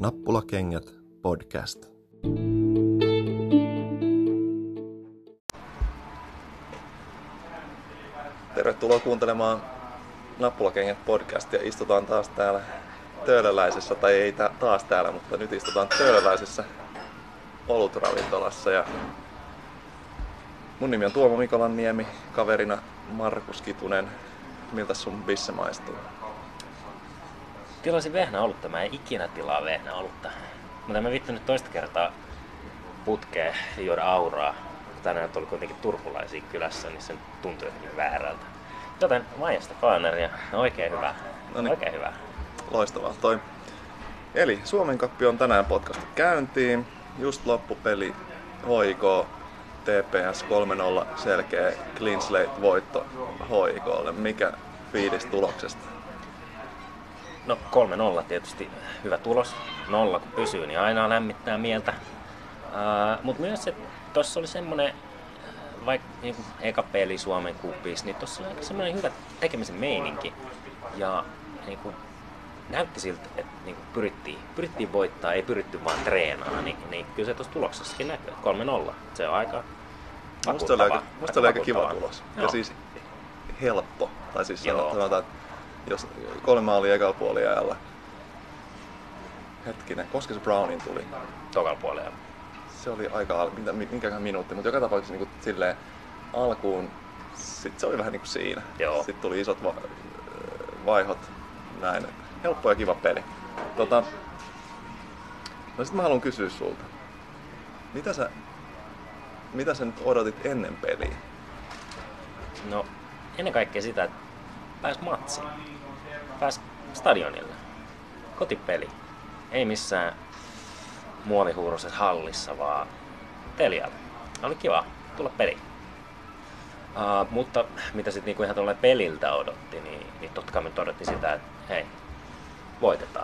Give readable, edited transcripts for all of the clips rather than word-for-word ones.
Nappulakengät podcast. Tervetuloa kuuntelemaan Nappulakengät podcastia. Istutaan taas täällä Töölöläisessä, tai ei taas täällä, mutta nyt istutaan Töölöläisessä olutravintolassa. Ja mun nimi on Tuomo Mikolanniemi, kaverina Markus Kitunen. Miltä sun bisse maistuu? Tilasin vehnäolutta. Mä en ikinä tilaa vehnäolutta. Mutta mä vittu nyt toista kertaa putkeen juoda auraa. Tänään oli kuitenkin turkulaisia kylässä, niin se tuntui jotenkin väärältä. Joten Maijasta Faaneria. Oikein hyvä. Noniin. Oikein hyvä. Loistavaa toi. Eli Suomen Cuppi on tänään podcastu käyntiin. Just loppupeli HIK TPS 3-0 selkeä clean slate voitto HIK:lle. Mikä fiilis tuloksesta? No 3-0 tietysti hyvä tulos. 0 kun pysyy, niin aina lämmittää mieltä. Mutta myös se, tossa oli semmonen, vaikka niinku eka peli Suomen Cupissa, niin tossa oli aika semmonen hyvä tekemisen meininki. Ja niinku näytti siltä, että niinku pyrittiin voittaa, ei pyritty vaan treenaamaan, niin kyllä se tuossa tuloksessakin näkyy. 3-0, se on aika vakuuttava. Musta se oli aika kiva tulos. Joo. Ja siis helppo. Tai siis Joo. sanotaan, että jos 3 maalia ekalla puoliajalla. Hetkinen, koska se Brownin tuli? Tokalla puolella. Se oli aika, minkäköhän minuutti, mutta joka tapauksessa niin silleen alkuun, sit se oli vähän niin kuin siinä. Joo. Sitten tuli isot vaihot, näin. Helppo ja kiva peli. No sit mä haluan kysyä sulta. Mitä sä nyt odotit ennen peliä? No ennen kaikkea sitä, että pääs matsiin. Pääs stadionille. Kotipeli. Ei missään muovihuuruisessa hallissa, vaan Telialla. Oli kiva tulla peliin. Mutta mitä sitten niinku ihan tuolle peliltä odotti, niin totta kai me odotti sitä, että hei, voitetaan.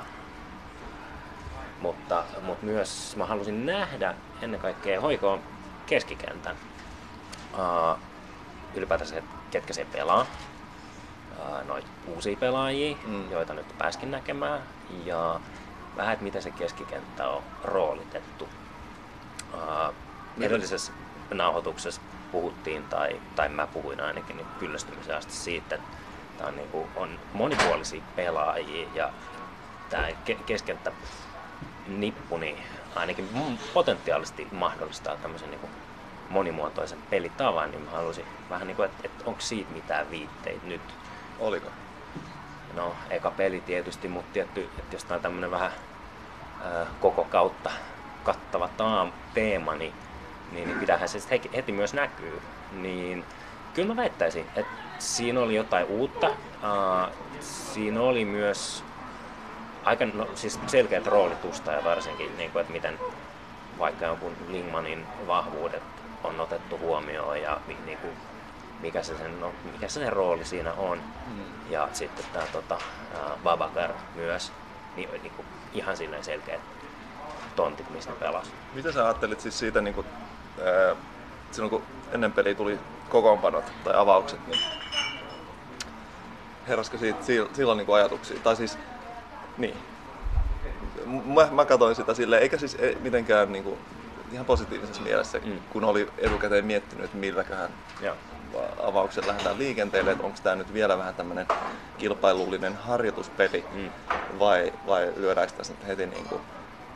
Mutta myös mä halusin nähdä ennen kaikkea HIK:n keskikentän. Ylipäätänsä, ketkä se pelaa. Noita uusia pelaajia, joita nyt pääskin näkemään. Ja vähän, että miten se keskikenttä on roolitettu. Edellisessä nauhoituksessa puhuttiin, tai mä puhuin ainakin niin kyllästymisen asti siitä, että tää on, niinku, on monipuolisia pelaajia ja tää keskenttä nippu niin ainakin potentiaalisesti mahdollistaa tämmöisen niinku monimuotoisen pelitavan, niin mä halusin vähän niinku, että onko siitä mitään viitteitä nyt. Oliko? No, eka peli tietysti, mutta tietty, että jos tää on tämmönen vähän koko kautta kattava teema, niin pitäähän se heti myös näkyy. Niin kyllä mä väittäisin, että siinä oli jotain uutta. Siinä oli myös aika siis selkeät roolitusta ja varsinkin, niin kuin, että miten vaikka jonkun Lingmanin vahvuudet on otettu huomioon ja niin kuin, mikä se sen rooli siinä on. Ja sitten tämä Babakar myös, niin kuin, ihan silleen selkeät tontit, mistä ne pelasi. Mitä sä ajattelit siis siitä, niin kuin, silloin kun ennen peliä tuli kokoonpanot tai avaukset, niin heräskö siitä silloin niin kuin ajatuksia? Tai siis, niin. Mä katsoin sitä silleen, eikä siis mitenkään niin kuin, ihan positiivisessa mielessä, kun oli etukäteen miettinyt, että milläköhän avauksen lähdetään liikenteelle, että onko tämä nyt vielä vähän tämmöinen kilpailullinen harjoituspeli vai lyödäänkö tässä nyt heti niin kuin,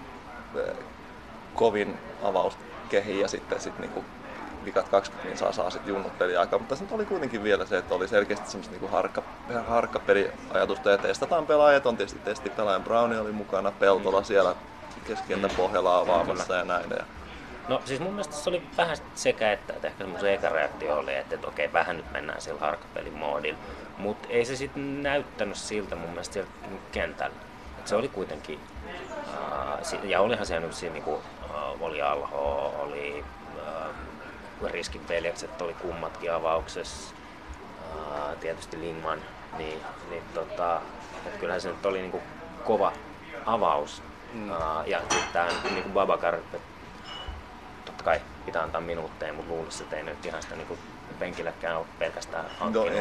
kovin avauskehi ja sitten niin kuin vikat 20 niin saa sitten junnut peliaikaa, mutta tässä nyt oli kuitenkin vielä se, että oli selkeästi semmoista niin harkkapeliajatusta ja testataan pelaajat, on tietysti testipelaajan Browni oli mukana, Peltola siellä keskikentän pohjalla avaamassa ja näin. No siis mun mielestä se oli vähän sekä, että ehkä semmoisen eka reaktio oli, että okei, vähän nyt mennään sillä harkkapelimoodilla, mutta ei se sitten näyttänyt siltä mun mielestä siellä kentällä. Et se oli kuitenkin, ja olihan siellä nyt siinä niinku, oli Alho, oli Riskin veljekset, oli kummatkin avauksessa, tietysti Lingman, niin kyllähän se nyt oli niinku kova avaus. Ja sitten tämä niinku Babakar, totta kai pitää antaa minuutteja, mutta luulisin, että ei nyt ihan sitä niinku penkilläkään ole pelkästään hankkinut.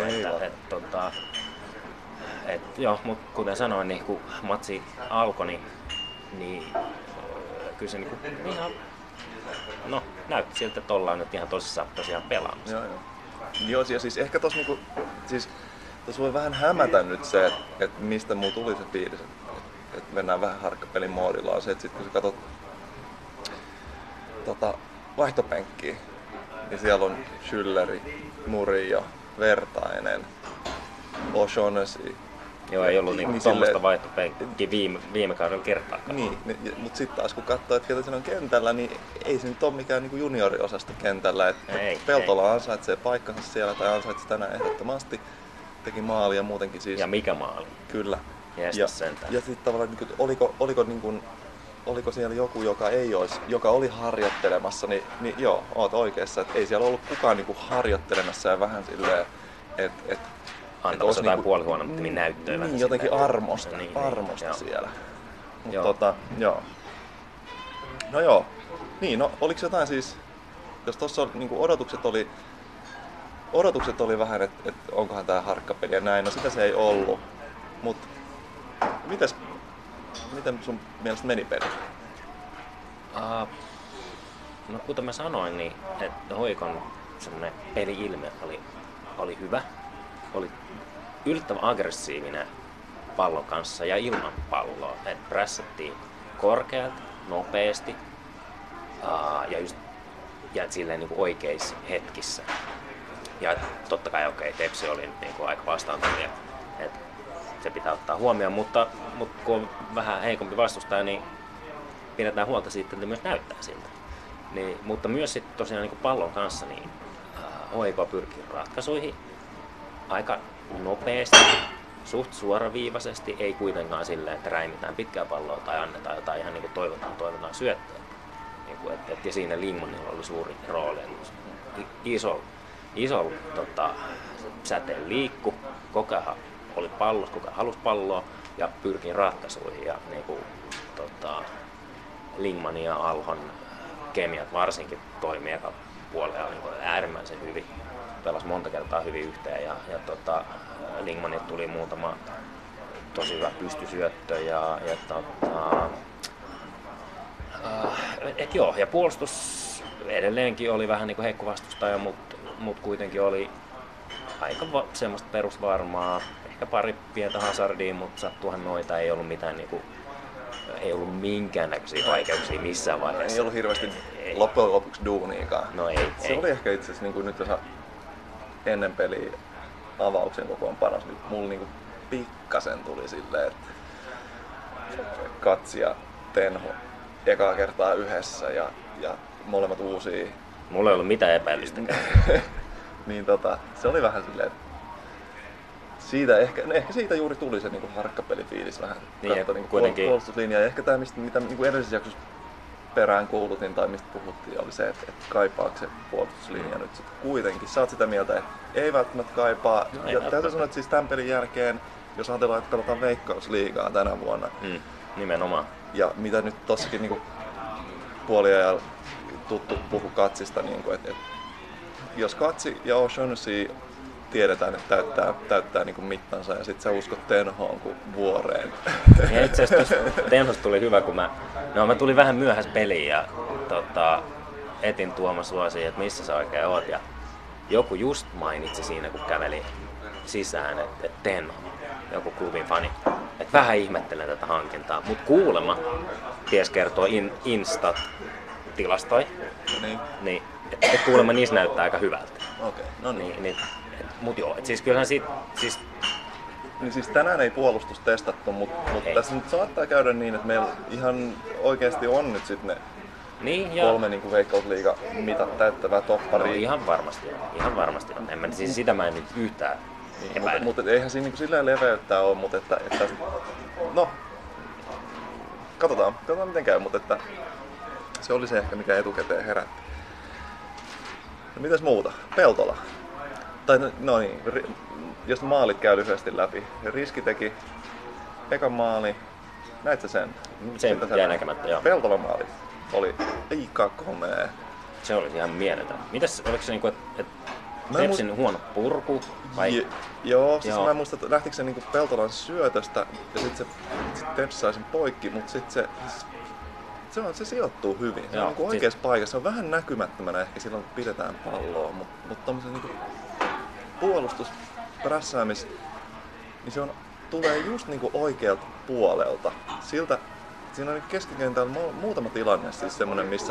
Joo, mutta kuten sanoin, niin kun matsi alkoi, niin niin kyllä se niinku ihan, no näytti siltä, että ollaan nyt ihan tosissaan tosiaan pelaamassa. Joo. Joo, ja siis ehkä tossa niinku, siis tossa voi vähän hämätä nyt se, että mistä mulla tuli se fiilis, että mennään vähän harkkapelin moodilla, on se, että sit kun sä katot vaihtopenkkiä, niin siellä on Schülleri, Murillo, Vertainen, O'Shaughnessy. Joo, ei ollut niin tuommoista vaihtopenkkiä viime kaudella kertaakaan. Niin, mutta sitten taas kun katsoo, että ketä siinä on kentällä, niin ei se nyt ole mikään niin junioriosasto kentällä. Peltola ansaitsee paikkansa siellä tai ansaitsi tänään ehdottomasti. Teki maalia muutenkin siis. Ja mikä maali? Kyllä. Ja sitten tavallaan, oliko siellä joku, joka oli harjoittelemassa, niin joo, oot oikeassa, että ei siellä ollut kukaan niin kuin harjoittelemassa ja vähän silleen, että antamassa jotain puolihuonoa näyttöä. Niin, jotenkin armosta siellä. Mutta joo. No joo. Niin, no oliko jotain siis, jos tuossa niin odotukset oli vähän, että onkohan tää harkkapeli ja näin, no sitä se ei ollut. Mut miten sun mielestä meni peli? No kuten mä sanoin, niin että Hoikon semmonen peli-ilme oli hyvä. Oli yllättävän aggressiivinen pallon kanssa ja ilman palloa. Et prässättiin korkealta, nopeasti ja silleen niin kuin oikeissa hetkissä. Ja totta kai Tepsi oli niin kuin aika vastaantulija. Se pitää ottaa huomioon, mutta kun on vähän heikompi vastustaja, niin pidetään huolta siitä, että myös näyttää siltä. Niin, mutta myös sitten tosiaan niin kuin pallon kanssa niin HIK pyrkii ratkaisuihin aika nopeasti, suht suoraviivaisesti, ei kuitenkaan silleen, että räimitään pitkää palloa tai annetaan jotain ihan niin kuin toivotaan syöttöä. Niin ja siinä Lindmanilla oli suuri rooli. Iso säteen liikku, koko ajan oli pallossa, koko ajan halusi palloa ja pyrki ratkaisuihin. Ja niin kuin, Lindmanin ja Alhon kemiat varsinkin toimii eka puolella niin äärimmäisen hyvin. Pelasi monta kertaa hyvin yhteen ja Lindmanille tuli muutama tosi hyvä pystysyöttö ja puolustus edelleenkin oli vähän niin kuin heikko vastustaja, mutta kuitenkin oli aika semmoista perusvarmaa. Ehkä pari pientä hazardia, mutta sattuuhan noita, ei ollut mitään niinku, ei ollut minkäännäköisiä vaikeuksia missään vaiheessa. Ei ollut hirveästi loppujen lopuksi duuniikaan. No ei. Se oli ehkä itse asiassa niin nyt jos ennen peliä avauksen kokoonpanos, niin mulla niinku pikkasen tuli silleen, että Katsi ja Tenho ekaa kertaa yhdessä ja molemmat uusia. Mulla ei ollut mitään epäilystäkään. Niin se oli vähän silleen, siitä ehkä siitä juuri tuli se niinku harkkapelifiilis vähän. Niin, katso niinku puolustuslinjaa ja ehkä tää mitä niinku edellisessä jaksossa perään kuulutin tai mistä puhuttiin oli se, että kaipaako se puolustuslinja nyt sitten kuitenkin. Sä oot sitä mieltä, että ei välttämättä kaipaa. No, ja täytyy sanoa, että siis tämän pelin jälkeen, jos ajatellaan, että pelataan Veikkausliigaa tänä vuonna. Nimenomaan. Ja mitä nyt tossakin niinku puoliajalla tuttu puhu Katsista, niinku, että jos Katsi ja O'Shaughnessy tiedetään, että täyttää niinku mittansa ja sit sä uskot Tenhoon kuin vuoreen. Ja itse asiassa Tenhosta tuli hyvä, kun mä tulin vähän myöhässä peliin ja Etin Tuomas suosi, että missä sä oikein oot. Ja joku just mainitsi siinä, kun käveli sisään, että Tenho, joku klubin fani, että vähän ihmettelen tätä hankintaa. Mut kuulemma ties kertoo Instat-tilastoi, niin että kuulemma niissä näyttää aika hyvältä. Okei, no niin. Mut joo, et siis kyllähän siis niin siis tänään ei puolustus testattu, mutta tässä nyt saattaa käydä niin, että meillä ihan oikeasti on nyt sitten ne 3 niinku Veikkausliiga mitat täyttävää topparia. No ihan varmasti on. Siis sitä mä en nyt yhtään epäile. Mutta eihän siinä niinku silleen leveyttää ole, mutta että no katsotaan miten käy, mutta että se oli se ehkä mikä etukäteen herätti. No mitäs muuta? Peltola. Tai no niin, jos maalit käy lyhyesti läpi. Riski teki ekan maali. Näit sä sen? Se jäi näkemättä, joo. Peltolan maali oli aika komea. Se oli ihan mieletön. Mitäs, oliko se niinku, että Tepsin huono purku? Vai? Joo, siis mä en muista, että lähtikö se niinku Peltolan syötöstä ja sit Teps sai sen poikki, mut sit se sijoittuu hyvin. Se on niinku oikeassa paikassa. Se on vähän näkymättömänä ehkä silloin, kun pidetään palloa, mut tommosen niinku puolustusprässäämis, niin se tulee just niinku oikealta puolelta. Siinä on keskikentällä muutama tilanne, siis semmonen, missä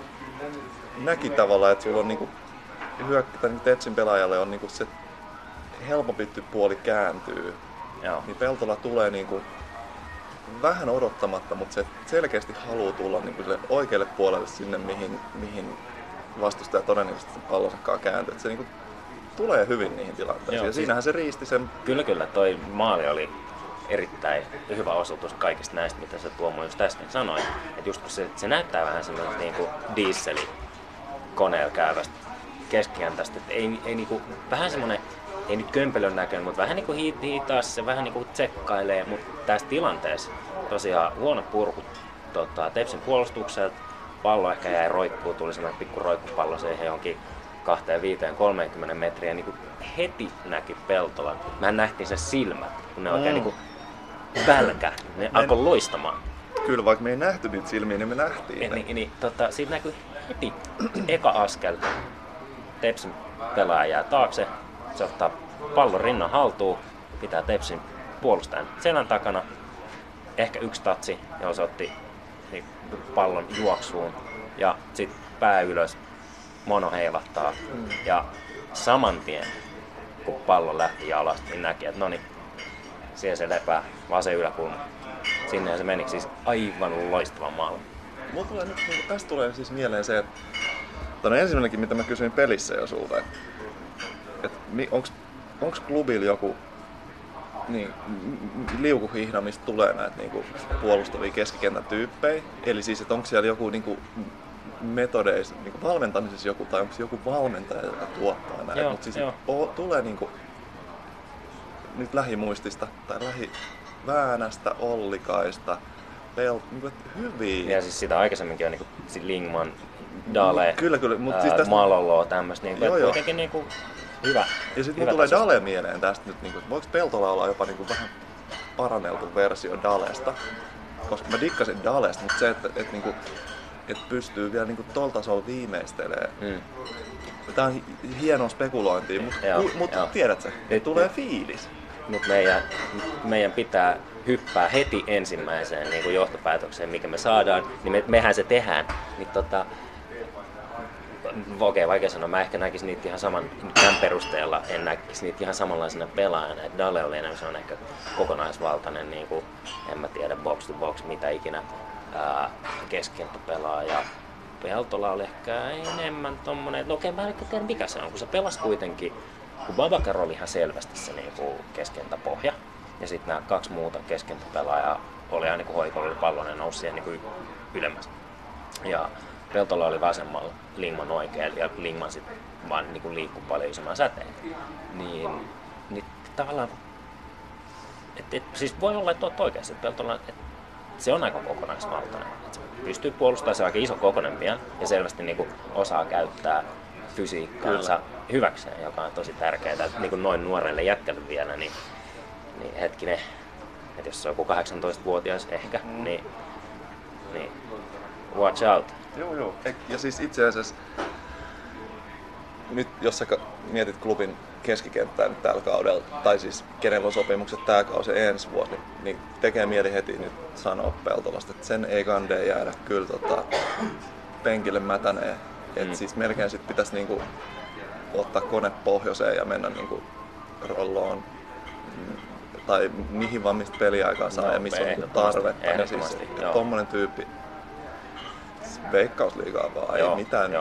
näki tavallaan, että sulla on niinku Tepsin pelaajalle on niinku se helpompi puoli kääntyy. Joo. Niin Peltola tulee niinku vähän odottamatta, mutta se selkeästi haluaa tulla niinku sille oikealle puolelle sinne, mihin vastustaja todennäköisesti sen pallonsakaan kääntyy. Et se niinku tulee hyvin niihin tilanteisiin. Joo, ja siinähän se riisti sen. Kyllä, toi maali oli erittäin hyvä osoitus kaikista näistä, mitä se Tuomo just äsken sanoi. Että just kun se näyttää vähän semmoista niinku dieselikoneella käyvästä keskikentästä, että ei niinku, vähän semmoinen, ei nyt kömpelön näköinen, mutta vähän niinku hitaasti, se vähän niinku tsekkailee, mutta tässä tilanteessa tosiaan huono purku Tepsin puolustukselta, pallo ehkä jäi roikkuu, tuli semmoinen pikku roikkupallo siihen johonkin 25-30 metriä, niinku heti näki Peltolan. Mehän nähtiin sen silmät, kun ne oikein niinku ne alkoi loistamaan. Kyllä, vaikka me ei nähty niitä silmiä, niin me nähtiin ne. Siitä näkyi heti eka askel. Tepsin pelaaja jää taakse, se ottaa pallon rinnan haltuun, pitää Tepsin puolustajan selän takana. Ehkä yksi tatsi, ja se otti pallon juoksuun ja sitten pää ylös, mono heilahtaa. Ja saman tien, kun pallo lähti alas, niin näki, että noniin, siellä se lepää, vasen yläkulma. Sinne se meni, siis aivan loistava maali. Mulla tulee nyt, tästä tulee siis mieleen se, että ensimmäinenkin, mitä mä kysyin pelissä jo sulta, että onks klubilla joku liukuhihna, mistä tulee näitä niinku puolustavia keskikentän tyyppejä? Eli siis, että onko siellä joku niinku metodeissa, niinku valmentamisessa joku, tai onko joku valmentaja, joka tuottaa näitä? Mutta siis tulee niinku nyt lähimuistista tai lähiväänästä, Ollikaista, niinku hyviä. Ja siis sitä aikaisemminkin on niinku Lingman, Dale, kyllä, mutta siis tästä Malolo, tämmöistä niinku, kuitenkin niinku hyvä. Ja sitten mulle tulee Dale mieleen tästä nyt, niinku, voiko Peltola olla jopa niinku vähän paranneltu versio Dalesta? Koska mä dikkasin Dalesta, mutta se, että niinku, et pystyy vielä niinku tol tasolla viimeistelemään. Tää on hienoa spekulointia, mutta tiedätkö, tulee fiilis. Mutta meidän pitää hyppää heti ensimmäiseen niin johtopäätökseen, mikä me saadaan, niin mehän se tehdään. Niin okei, vaikea sanoa, mä ehkä näkisin niitä ihan saman, tämän perusteella en näkisi niitä ihan samanlaisena pelaajana. Että Dale oli enemmän sellainen ehkä kokonaisvaltainen, niin kuin, en mä tiedä, box to box, mitä ikinä, keskikenttäpelaaja. Peltola oli ehkä enemmän tommonen, että okei, mä en tiedä mikä se on, kun se pelasi kuitenkin, kun Babakar oli ihan selvästi se niinku keskentäpohja, ja sitten nämä kaksi muuta keskentäpelaajaa oli aina kun hoikolla oli pallon ja nousi siihen niinku ylemmäs. Ja Peltola oli vasemmalla, Lingman oikealla, ja Lingman sitten vaan niinku liikkui paljon isomman säteen. Niin tavallaan, siis voi olla, että olet oikeassa, että Peltola, se on aika kokonaisvaltainen. Se pystyy puolustamaan, se on aika iso kokoinen vielä, ja selvästi niinku osaa käyttää fysiikkaansa hyväkseen, joka on tosi tärkeää. Niin kuin noin nuorelle jätkälle vielä, niin hetkinen, että jos se on joku 18-vuotias ehkä, niin watch out. Joo. Ja siis itse asiassa, nyt jos sä mietit klubin keskikenttää nyt tällä kaudella, tai siis kenellä on sopimukset tää kausi ensi vuosi, niin tekee mieli heti nyt sanoa Peltolasta, että sen ei kandee jäädä kyllä penkille mätäneen. Et siis melkein sit pitäisi niinku ottaa kone pohjoiseen ja mennä niinku rolloon tai mihin vaan mistä peliaikaa saa ja missä on tarvetta. Niin siis, tommonen tyyppi Veikkausliigaa vaan, ei mitään.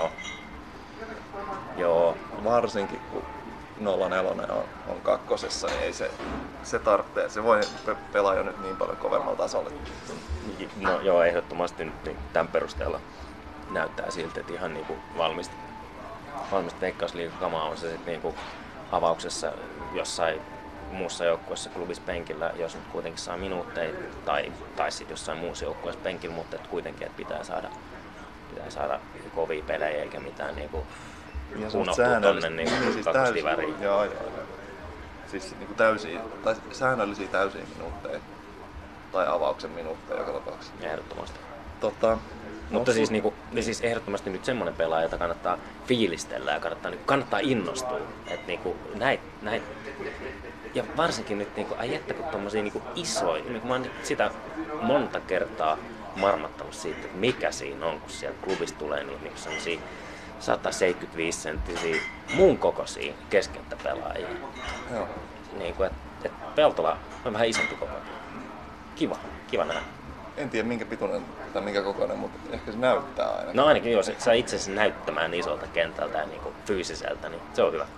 Joo. Varsinkin kun 04 on kakkosessa, niin ei se tarvitsee. Se voi pelaa jo nyt niin paljon kovemmalla tasolla. No joo, ehdottomasti nyt niin tämän perusteella näyttää siltä, että ihan niinku valmista Veikkausliigakamaa on se sitten niinku avauksessa jossain muussa joukkueessa klubissa penkillä, jos nyt kuitenkin saa minuutteja, tai sitten jossain muussa joukkueessa penkillä, mutta et kuitenkin että pitää saada kovia pelejä eikä mitään niinku unohtuu tonne niin siis kakkosdiväriin. Joo. Siis niin täysiä, tai säännöllisiä täysiä minuutteja. Tai avauksen minuutteja joka tapauksessa. Ehdottomasti. Mutta siis ehdottomasti nyt semmoinen pelaaja, jota kannattaa fiilistellä ja kannattaa innostua. Et niinku näit. Ja varsinkin nyt niinku, ai että kun tommosia niinku isoja, niin mä oon sitä monta kertaa marmattanut siitä, että mikä siinä on, kun sieltä klubista tulee niinku sellaisia 175 senttisiä muun kokoisia keskenttäpelaajia. Joo. Niinku, et Peltola on vähän isompi kokoinen. Kiva nähdä. En tiedä minkä pituinen tai minkä kokoinen, mutta ehkä se näyttää aina. No ainakin jos saa itse asiassa näyttämään isolta kentältä ja niinku fyysiseltä, niin se on hyvä.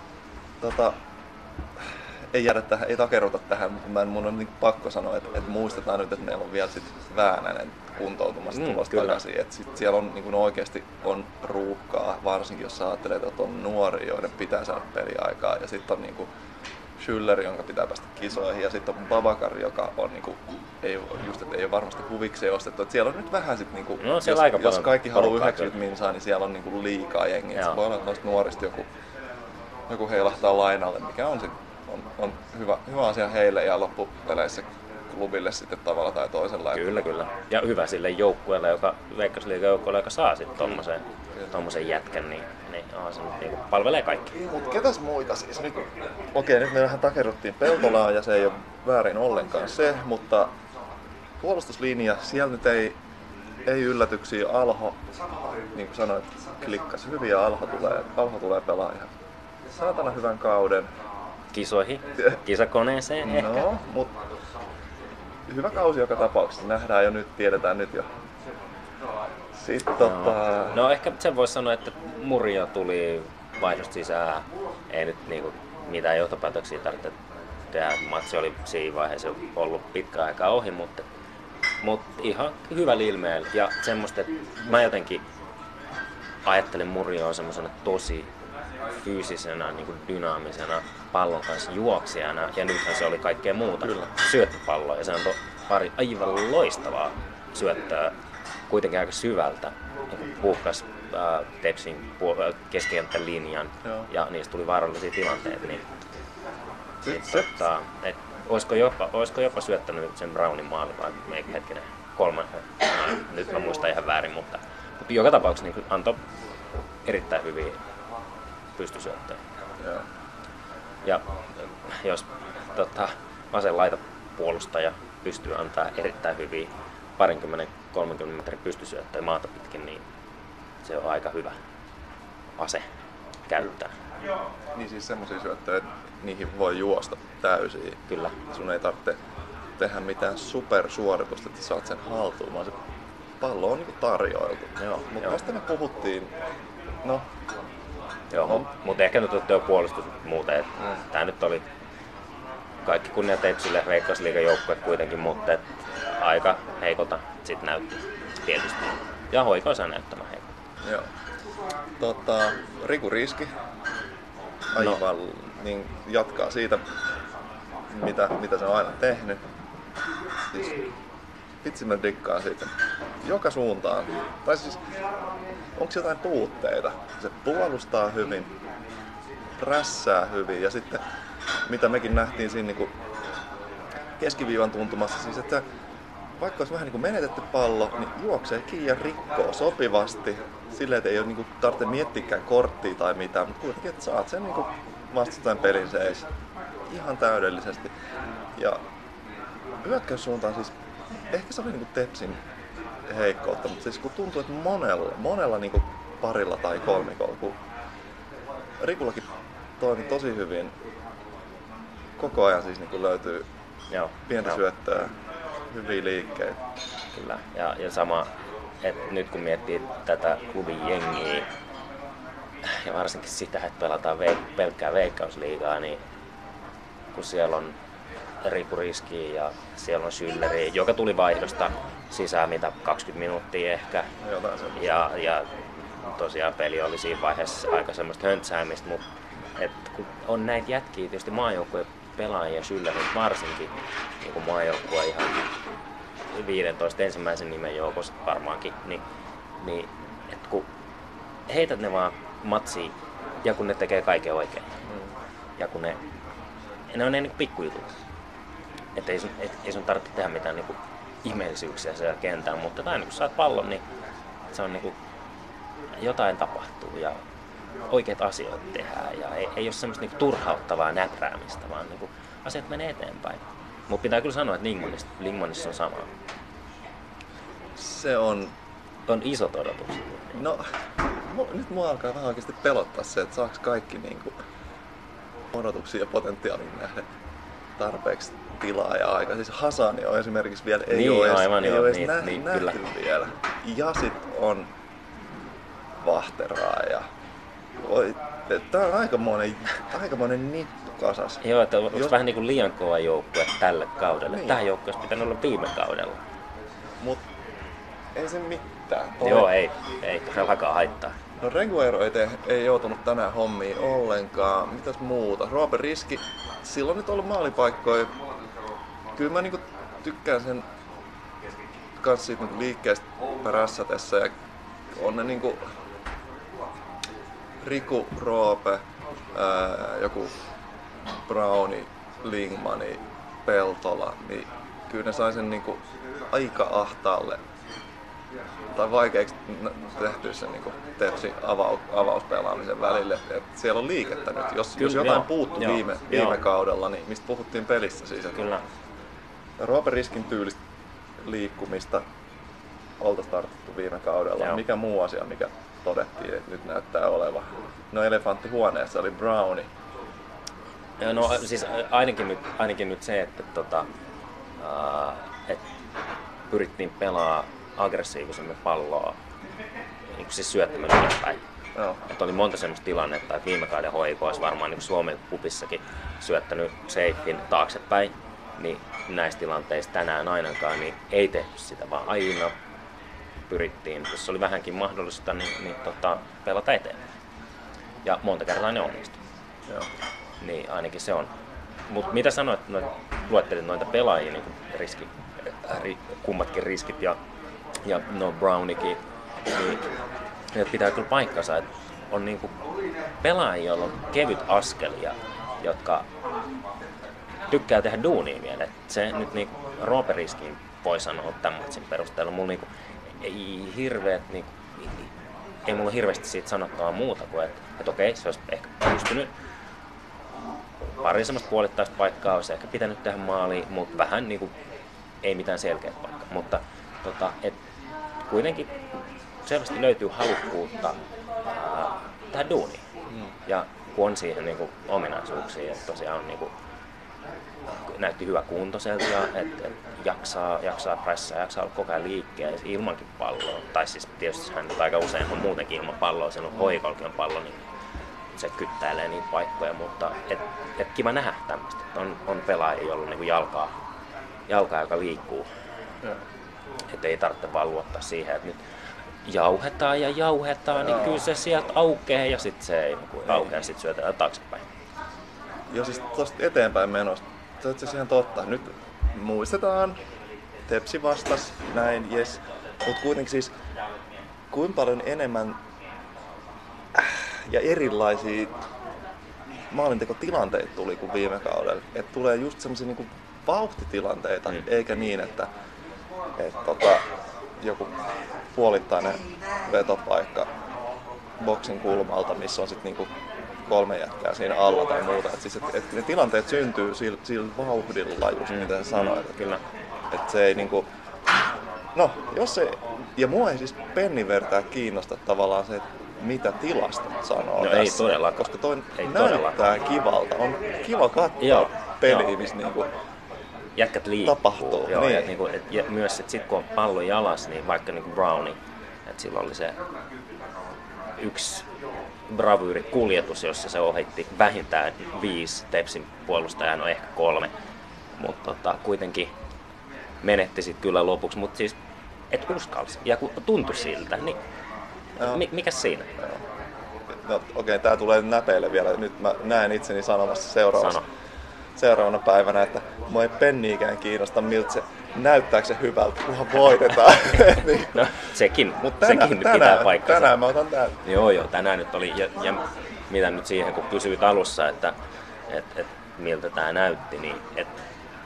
Ei takerruta tähän, mutta mun on niin pakko sanoa, että muistetaan nyt, että meillä on vielä sit Väänänen kuntoutumassa tulossa takaisin. Että sit siellä on niin oikeasti on ruuhkaa, varsinkin jos sä ajattelet, että on nuori, joiden pitää saada peliaikaa. Ja sitten on niin Schüller, jonka pitää päästä kisoihin, ja sitten on Babakar, joka on niinku, ei ole varmasti huvikseen ostettu. Et siellä on nyt vähän sit niinku, jos kaikki haluaa 90 minsaa, niin siellä on niinku liikaa jengiä. Se voi olla, että noista nuorista joku heilahtaa lainalle, mikä on sit on hyvä asia heille ja loppupeleissä klubille sitten tavalla tai toisella. Kyllä. Ja hyvä sille joukkueelle, Veikkausliigan joukkueelle, joka saa sitten tommosen jätkän, niin se nyt niinku palvelee kaikki. Mut ketäs muita siis? Nyt me vähän takerruttiin Peltolaa ja se ei ole väärin ollenkaan se, mutta puolustuslinja, siellä nyt ei yllätyksiä. Alho, niin kuin sanoit, klikkasi hyvin ja Alho tulee pelaa ihan saatana hyvän kauden. Kisoihin, kisakoneeseen ehkä. No, mutta hyvä kausi joka tapauksessa. Nähdään jo nyt, tiedetään nyt jo. Sitten No ehkä sen voisi sanoa, että Murio tuli vaihdosta sisään. Ei nyt niinku mitään johtopäätöksiä tarvitse tehdä. Matsi oli siinä vaiheessa ollut pitkä aikaa ohi, mutta ihan hyvällä ilmeellä. Ja semmoista, että mä jotenkin ajattelen Murioa semmosena tosi fyysisenä, niin kuin dynaamisena pallon kanssa juoksijana, ja nythän se oli kaikkea muuta. Syöttöpalloa, ja se on pari aivan loistavaa syöttöä, kuitenkin aika syvältä. Niin puhkas Tepsin keskikentän linjan, ja niistä tuli vaarallisia tilanteita. Olisiko jopa syöttänyt sen Brownin maalin, vai hetkinen, nyt mä muistan ihan väärin, mutta joka tapauksessa niin antoi erittäin hyviä pystysyöttöjä. Ja jos vasen laitapuolustaja pystyy antaa erittäin hyviä 20-30 metrin pystysyöttöjä maata pitkin, niin se on aika hyvä ase käyttää. Niin siis semmoisia syöttöjä, että niihin voi juosta täysin. Kyllä. Sun ei tarvitse tehdä mitään supersuoritusta, että saat sen haltuun, vaan se pallo on niin tarjoiltu. Mutta tästä me puhuttiin. Mutta ehkä nyt otti jo puolustus muuten. Tää nyt oli kaikki kunnia Tepsille, Veikkausliigan joukkue kuitenkin, mutta aika heikolta sit näytti tietysti. Ja Hoiko saa näyttämään heikolta. Joo. Riku Riski aivan niin jatkaa siitä, mitä se on aina tehnyt. Siis, vitsi mä dikkaan siitä. Joka suuntaan. Tai siis, onko jotain puutteita? Se puolustaa hyvin, prässää hyvin ja sitten mitä mekin nähtiin siinä niin keskiviivan tuntumassa, siis että vaikka olisi vähän niin kuin menetetty pallo, niin juoksee kiinni ja rikkoo sopivasti. Silleen, että ei ole niin tarvitse miettikään korttia tai mitään, mutta kuitenkin, että saat sen niin vastustajan pelin seis ihan täydellisesti. Ja hyökkäyssuuntaan siis, ehkä se oli niin Tepsin heikkoutta, mutta siis kun tuntuu, että monella niin kuin parilla tai kolmikolla, kun Rikullakin toimi tosi hyvin, koko ajan siis niin kuin löytyy pientä syöttöä, hyviä liikkeitä. Kyllä, ja sama, että nyt kun miettii tätä klubin jengiä, ja varsinkin sitä, että pelataan pelkkää Veikkausliigaa, niin kun siellä on Riku Riski ja siellä on Schülleri, joka tuli vaihdosta sisään mitä 20 minuuttia ehkä. Ja tosiaan peli oli siinä vaiheessa aika semmoista höntsäämistä, mutta kun on näitä jätkiä, tietysti maajoukkueen pelaajia, Schüllerin varsinkin, niin kuin maajoukkue ihan 15 ensimmäisen nimen joukossa varmaankin, niin että kun heität ne vaan matsiin ja kun ne tekee kaiken oikein. Ja kun ne on ne niin pikkujutut. Että ei sun tarvitse tehdä mitään niin ihmeellisyyksiä siellä kentällä, mutta aina kun saat pallon, niin se on niin kuin, jotain tapahtuu ja oikeat asioita tehdään ja ei ole semmoista niin turhauttavaa näpräämistä, vaan niin kuin, asiat menee eteenpäin. Mutta pitää kyllä sanoa, että Lingmanissa on sama. Se on isot odotukset. No, nyt mua alkaa vähän oikeasti pelottaa se, että saaks kaikki niinku odotuksia ja potentiaalin nähden tarpeeksi tilaa ja aikaa. Siis Hasani on esimerkiksi vielä ei ole edes nähty vielä. Ja sit on Vahteraa ja tää on aikamoinen nippu kasas. Joo, että onko vähän niinku liian kova joukkue tälle kaudelle. Niin. Tähän joukkueessa olisi pitänyt olla viime kaudella. Mut ei se mitään. Joo, ei todellakaan haittaa. No Reguero ei joutunut tänään hommiin ollenkaan. Mitäs muuta? Roope Riski, sillä on nyt ollut maalipaikkoja. Kyllä mä niinku tykkään sen kanssa siitä niinku liikkeestä pärässätessä ja on ne niinku Riku, Roope, joku Browni, Lingmani, Peltola, niin kyllä ne sai sen niinku aika ahtaalle tai vaikeaksi tehty sen niinku Tepsi avauspelaamisen välille. Et siellä on liikettä nyt. Jos jotain puuttu viime kaudella, niin mistä puhuttiin pelissä siis. Kyllä. Roope Riskin tyylistä liikkumista oltaisiin tartuttu viime kaudella. Joo. Mikä muu asia, mikä todettiin, että nyt näyttää olevan? No elefanttihuoneessa oli Browni. No siis ainakin nyt se, että pyrittiin pelaamaan aggressiivisemmin palloa niin siis syöttämällä ylöspäin. Että oli monta semmoista tilannetta, että viime kauden HIK olisi varmaan niin Suomen pupissakin syöttänyt seifin taaksepäin. Niin näissä tilanteissa tänään ainakaan niin ei tehty sitä, vaan aina pyrittiin, jos oli vähänkin mahdollista, niin pelata eteenpäin. Ja monta kertaa ne onnistui. Joo. Niin ainakin se on. Mutta mitä sanoit, luettelit noita pelaajia, niin kummatkin riskit ja no Brownikin, niin pitää kyllä paikkansa, että on niinku pelaajia, joilla on kevyt askel ja jotka tykkää tehdä duunia vielä. Et se nyt niinku Roope Riskiin voi sanoa tämän matsin perusteella. Mulla niinku ei mulla hirveästi siitä sanottavaa muuta kuin, että okei, se olisi ehkä pystynyt pari semmoista puolittaista paikkaa, olisi ehkä pitänyt tehdä maaliin, mutta vähän niinku ei mitään selkeää paikkaa. Mutta kuitenkin selvästi löytyy halukkuutta tähän duuniin. Ja kun on siihen niinku ominaisuuksia, että tosiaan on niinku, näytti hyvä kuntoiselta ja että jaksaa pressaa, jaksaa olla koko ajan liikkeellä ilmankin palloa. Tai siis tietysti hän aika usein on muutenkin ilman palloa, siellä on hoikolkin pallo, niin se kyttäilee niitä paikkoja, mutta kiva nähdä tämmöistä, että on pelaajia, jolla on niinku jalkaa, joka liikkuu. Että ei tarvitse vaan luottaa siihen, että nyt jauhetaan, niin kyllä se sieltä aukeaa ja sitten se ei aukea, sitten syötetään taaksepäin. Joo, siis tosta eteenpäin menosta. Se on itse asiassa ihan totta. Nyt muistetaan, Tepsi vastas, näin, jes. Mutta kuitenkin siis, kuinka paljon enemmän ja erilaisia maalintekotilanteita tuli kuin viime kaudella. Että tulee just semmosia niinku vauhtitilanteita, eikä niin, että joku puolittainen vetopaikka boksin kulmalta, missä on sit niinku 3 jätkää siinä alla tai muuta. Et ne tilanteet syntyy sillä vauhdilla, just miten sanoit. Kyllä. Et se ei niinku... No, jos se... Ja mua ei siis pennivertää kiinnosta tavallaan se, että mitä tilastot sanoo tässä. Ei todellakaan. Koska toi näyttää kivalta. On kiva katsoa peliä, missä niinku... Jätkät liikkuu. Tapahtuu. Joo, niin. ja myös, että sit kun on pallo jalas, niin vaikka niinku Browni, että sillä oli se yksi bravyyrikuljetus, jossa se ohitti vähintään 5 Tepsin puolustajaa, no ehkä 3, mutta kuitenkin menetti sit kyllä lopuksi, mutta siis et uskalsi ja kun tuntui siltä, niin mikäs siinä? No okei, tää tulee näpeille vielä, nyt mä näen itseni sanomassa seuraavana päivänä, että mua ei penniikään kiinnosta, miltä se näyttääkö se hyvältä, kunhan voitetaan. Niin. No sekin tänään, pitää paikkansa. Tänään mä otan tämän. Joo, tänään nyt oli, ja mitä nyt siihen, kun kysyit alussa, että miltä tämä näytti, niin että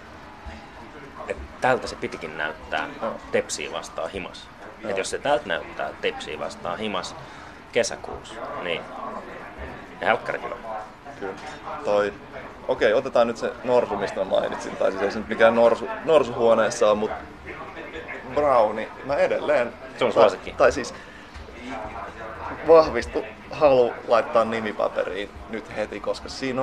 tältä se pitikin näyttää Tepsiä vastaan Himas. Että jos se tältä näyttää Tepsiä vastaan Himas kesäkuussa, niin helkkari hyvä. Kyllä. Okei, otetaan nyt se norsu, mistä mä mainitsin. Tai siis ei se nyt mikään norsuhuoneessa on, mutta Browni, mä edelleen... Se on suosikki. Tai siis vahvistu halu laittaa nimipaperiin nyt heti, koska siinä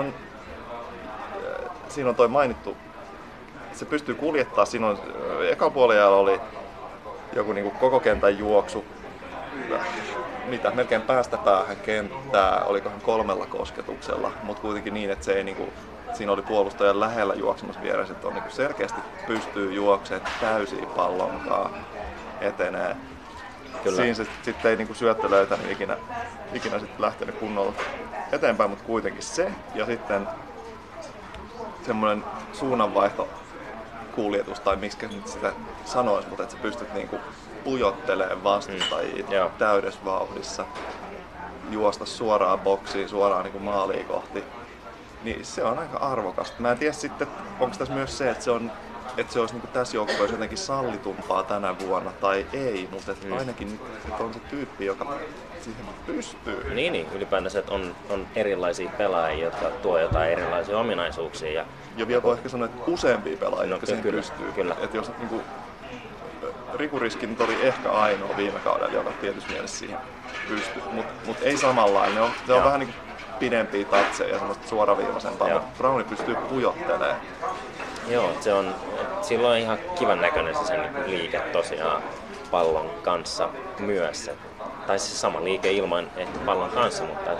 on toi mainittu, se pystyy kuljettaa, siinä on eka puoliajalla oli joku niinku koko kentän juoksu, melkein päästä päähän kenttää, olikohan 3 kosketuksella, mutta kuitenkin niin, että se ei niinku, siinä oli puolustajan lähellä juoksemassa vieressä, että on niinku selkeästi pystyy juoksemaan täysiä pallonkaan etenee. Kyllä. Siinä se sitten ei niinku syöttö löytänyt ikinä sitten lähtenyt kunnolla eteenpäin, mutta kuitenkin se ja sitten semmoinen suunnanvaihto kuljetus tai miksi nyt sitä sanoisi, mutta että sä pystyt niinku pujottelemaan vastustajia täydessä vauhdissa, juosta suoraan boksiin, suoraan niinku maaliin kohti, niin se on aika arvokasta. Mä en tiedä sitten, onko tässä myös se, että se olisi niinku tässä joukkueessa jotenkin sallitumpaa tänä vuonna tai ei, mutta ainakin nyt on se tyyppi, joka siihen pystyy. Niin, ylipäätänsä, että on erilaisia pelaajia, jotka tuo jotain erilaisia ominaisuuksia. Ja vielä voi ehkä sanoa, että useampia pelaajia, jotka siihen pystyy. Kyllä. Että jos niinku, Riku Riski nyt oli ehkä ainoa viime kaudella, joka tietysti mielessä siihen pystyy, mutta ei samanlainen. Se on vähän niin kuin pidempiä tatseja ja semmoista suoraviivaisempaa, mutta Browni pystyy pujottelemaan. Joo, silloin on ihan kivan näköinen se sen liike tosiaan pallon kanssa myös. Tai siis sama liike ilman ehkä pallon kanssa, mutta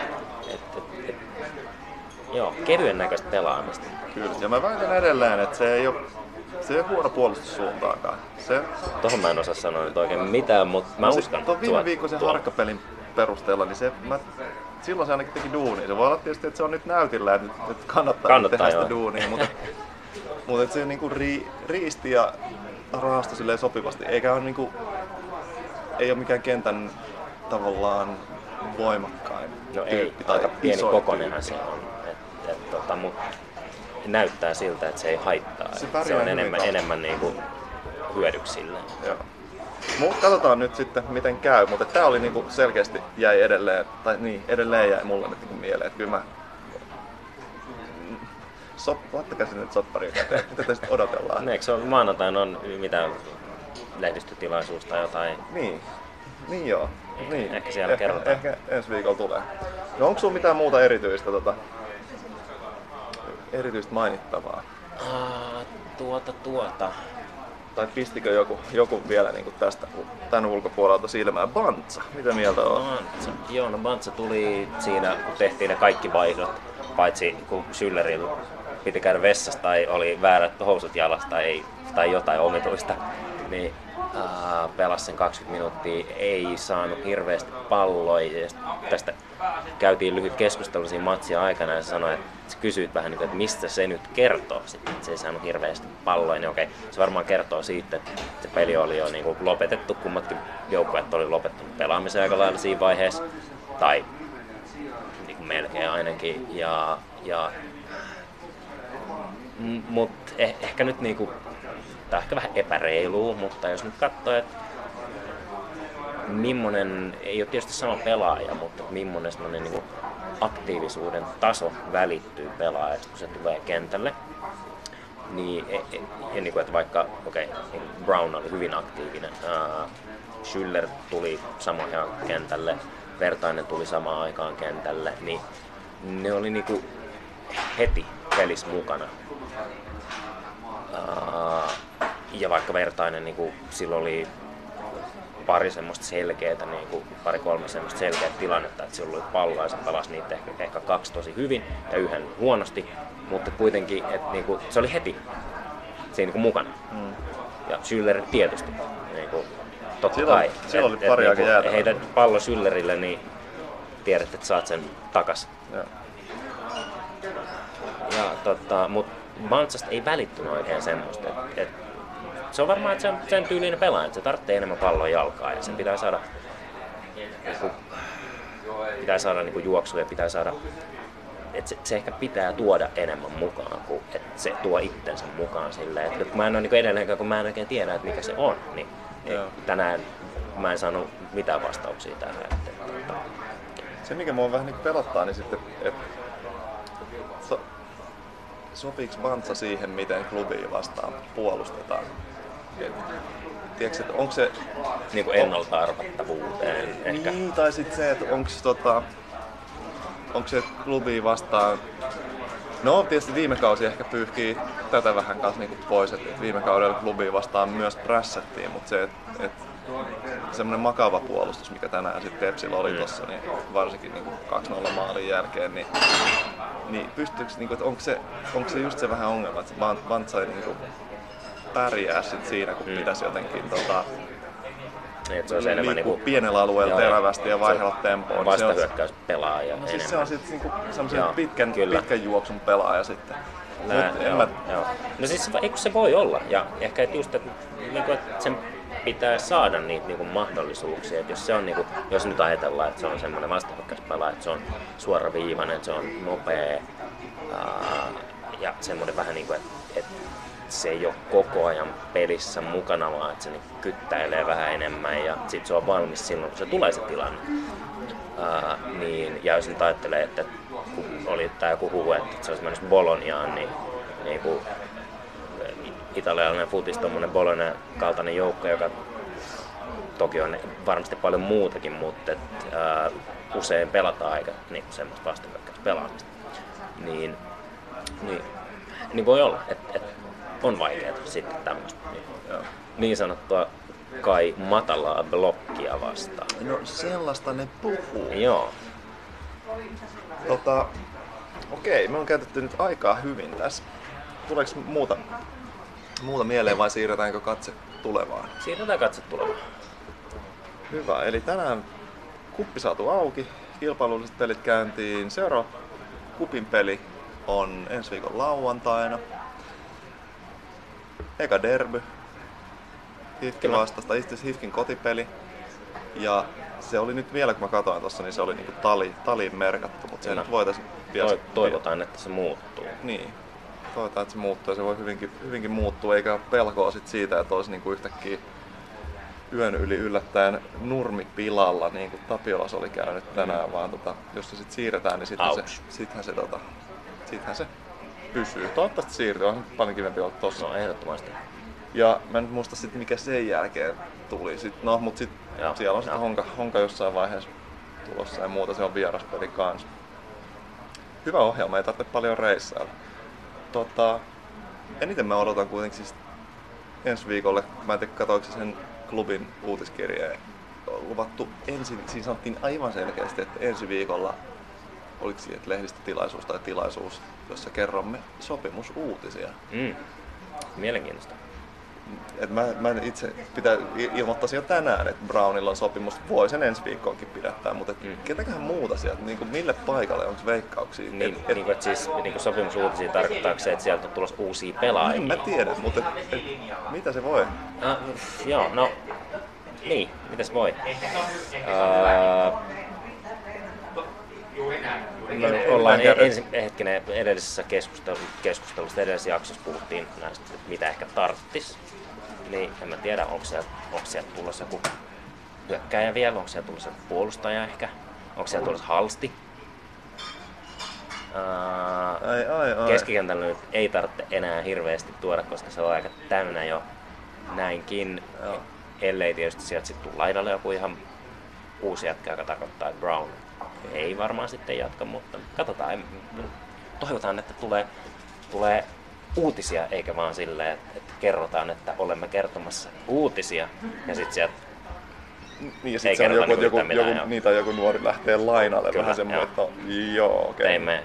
kevyen näköistä pelaamista. Kyllä, ja mä väitän edelleen, että se ei ole huono puolustussuuntaakaan. Tohon mä en osaa sanoa nyt oikein mitään, mutta mä uskon. Tuon viime viikkoisen harkkapelin perusteella, niin silloin se ainakin teki duunia. Se voi olla tietysti, että se on nyt näytillä, että kannattaa tehdä sitä duunia, mutta se niinku riisti ja raastui silleen sopivasti, eikä ole niinku, ei ole mikään kentän tavallaan voimakkain tyyppi tai pieni kokonenhan se on, mutta näyttää siltä, että se ei haittaa. Se on enemmän niinku hyödyksille. Mutta katsotaan nyt sitten miten käy, mutta tää oli niinku selkeästi jäi edelleen jäi mulle nyt niinku mieleen, että kyllä mä laittakaa sinne nyt sopparia käteen, mitä te sitten odotellaan? Eikö se on maanantaina on mitään lehdistötilaisuus tai jotain? Niin joo. Ehkä siellä kerrotaan. Ehkä ensi viikolla tulee. No onko sulla mitään muuta erityistä mainittavaa? Tai pistikö joku vielä niin tästä tän ulkopuolelta silmään? Bantsa, mitä mieltä on? Bantsa tuli siinä, kun tehtiin ne kaikki vaihdot, paitsi kun Schüllerillä piti käydä vessassa tai oli väärät housut jalassa tai jotain omituista, niin pelasi sen 20 minuuttia, ei saanut hirveästi palloja. Tästä käytiin lyhyt keskustelu siinä matsia aikana ja sanoi, että sä kysyit vähän, että mistä se nyt kertoo, että se ei saanut hirveästi palloja. Niin okei, se varmaan kertoo siitä, että se peli oli jo niin kuin lopetettu, kummatkin joukkueet oli lopettanut pelaamisen aika lailla siinä vaiheessa, tai niin kuin melkein ainakin. Mutta ehkä nyt niinku, tää on ehkä vähän epäreilua, mutta jos nyt katsoo, että millainen, ei ole tietysti sama pelaaja, mutta millainen semmoinen niinku aktiivisuuden taso välittyy pelaajasta, kun se tulee kentälle. Niin, niin kuin, että vaikka niin Brown oli hyvin aktiivinen, Schüller tuli samaan aikaan kentälle, Vertainen tuli samaan aikaan kentälle, niin ne oli niinku heti pelissä mukana. Ja vaikka Vertainen niin silloin oli pari semmoista selkeää, niin pari-kolme semmoista selkeää tilannetta, että silloin oli palloa ja se pelasi niitä ehkä 2 tosi hyvin ja 1 huonosti, mutta kuitenkin että, niin kuin, se oli heti siinä niin mukana. Ja Schüller tietysti, niin kuin, totta kai. Silloin oli pari aika jäätävää. Heität pallo Schüllerille, niin tiedät, että saat sen takas. Mutta Mantsasta ei välittynyt oikein semmoista. Se on varmaan, että se on sen tyylinen pelaaja, että se tarvitsee enemmän palloa jalkaa ja sen pitää saada niinku juoksua ja pitää saada, että se ehkä pitää tuoda enemmän mukaan kuin että se tuo itsensä mukaan silleen, että kun mä en ole niinku edelleenkään, kun mä en oikein tiedä, että mikä se on, niin tänään mä en saanut mitään vastauksia tähän. Se mikä mua vähän niinku pelottaa, niin sitten, että sopiiko Mantsa siihen, miten klubia vastaan puolustetaan? Tiedätkö, että onko se niinku ennalta arvattavuuteen ehkä. Niin, tai sitten se, että onko se klubia vastaan. No tietysti viime kausi ehkä pyyhkii tätä vähän kanssa niinku pois, että viime kaudella klubia vastaan myös prässättiin, mutta se, että semmoinen makava puolustus, mikä tänään sitten Tepsillä oli tossa, niin varsinkin niinku 2-0 maalin jälkeen, niin pystyykö, niinku, että onko se just se vähän ongelma, että Mantsa ei niinku pärjää sit siinä, kun pitäisi jotenkin niin, se on se enemmän niinku pienellä alueella terävästi ja vaihdella tempoa. Vastahyökkäyspelaaja no, enemmän. Siis se on sitten niinku semmoisen pitkän juoksun pelaaja sitten. Joo. No siis eikö se voi olla, ja ehkä just, että sen pitää saada niitä niinku mahdollisuuksia, että jos se on niinku, jos nyt ajatellaan, että se on semmoinen vastahyökkäyspelaaja, että se on suoraviivainen, että se on nopea ja semmoinen vähän niinku, että se ei ole koko ajan pelissä mukana, vaan että se niin kyttäilee vähän enemmän ja sit se on valmis silloin, kun se tulee se tilanne. Ja jos nyt ajattelee, että kun oli tää joku huhu, että se olisi menossa Boloniaan, niin kuin italialainen futis, tommonen Bolognan kaltainen joukko, joka toki on varmasti paljon muutakin, mutta usein pelataan aika niin semmoista vastahyökkäyspelaamista. Niin voi olla, että on vaikeaa sitten tämmöistä niin sanottua kai matalaa blokkia vastaan. No sellaista ne puhuu. Joo. Okei, me on käytetty nyt aikaa hyvin tässä. Tuleeko muuta mieleen vai siirretäänkö katse tulevaan? Siirretään katse tulevaan. Hyvä, eli tänään kuppi saatu auki, kilpailulliset pelit käyntiin. Seuraava kupin peli on ensi viikon lauantaina. Eka derby. HIFKin vastasta, itse asiassa HIFKin kotipeli. Ja se oli nyt vielä, kun mä katsoin tossa, niin se oli niinku taliin merkattu, mutta se nyt voitaisiin vielä... Toivotaan, että se muuttuu. Niin. Toivotaan, että se muuttuu ja se voi hyvinkin muuttua, eikä ole pelkoa sit siitä, että olisi niinku yhtäkkiä yön yli yllättäen nurmipilalla, niin kuin Tapiolas oli käynyt tänään, vaan jos se sit siirretään, niin sittenhän se pysyy. Toivottavasti siirtyy, on paljon kivempi olla tossa. No ehdottomasti. Ja mä en nyt muista sit mikä sen jälkeen tuli. Mut siellä on sitten Honka jossain vaiheessa tulossa ja muuta, se on vieraspeli kans. Hyvä ohjelma, ei tarvitse paljon reissailla. Eniten mä odotan kuitenkin siis ensi viikolle, mä en tiedä katoiko sen klubin uutiskirjeen, luvattu ensin, siinä sanottiin aivan selkeästi, että ensi viikolla oliko siihen lehdistötilaisuus tai tilaisuus, jossa kerromme sopimusuutisia. Mielenkiintoista. Mä itse ilmoittaisin jo tänään, että Brownilla on sopimus, voi sen ensi viikkoonkin pidättää, mutta ketäköhän muuta sieltä, niin mille paikalle, onko veikkauksia? Niin sopimusuutisia tarkoittaako se, että sieltä on tulossa uusia pelaajia? En mä tiedä, mutta mitä se voi? Mitä se voi? Me ollaan edellisessä keskustelussa, edellisessä jaksossa puhuttiin näistä, että mitä ehkä tarttis. Niin en mä tiedä, onko sieltä tulossa joku hyökkääjä vielä, onko sieltä tulossa joku puolustaja ehkä, onko sieltä tulossa halsti. Keskikentällä nyt ei tarvitse enää hirveästi tuoda, koska se on aika täynnä jo näinkin. Ellei tietysti sieltä sitten tule laidalle joku ihan uusi jätkä, joka tarkoittaa, että Brown ei varmaan sitten jatka, mutta katsotaan. Toivotaan, että tulee uutisia, eikä vaan silleen, että kerrotaan, että olemme kertomassa uutisia ja sitten sieltä niin, ja sitten se on joku nuori lähtee lainalle. Kyllä, vähän semmoinen, että okei. Teimme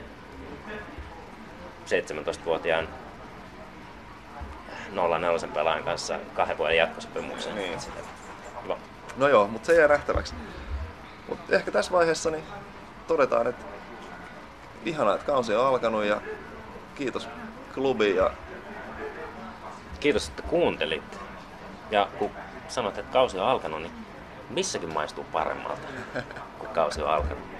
17-vuotiaan 0-4 pelaajan kanssa 2 vuoden jatkosopimuksen. Niin. No joo, mutta se jää nähtäväksi. Mutta ehkä tässä vaiheessa niin todetaan, että ihanaa, että kausi on alkanut ja kiitos klubi ja Kiitos, että kuuntelit. Ja kun sanot, että kausi on alkanut, niin missäkin maistuu paremmalta, kun kausi on alkanut.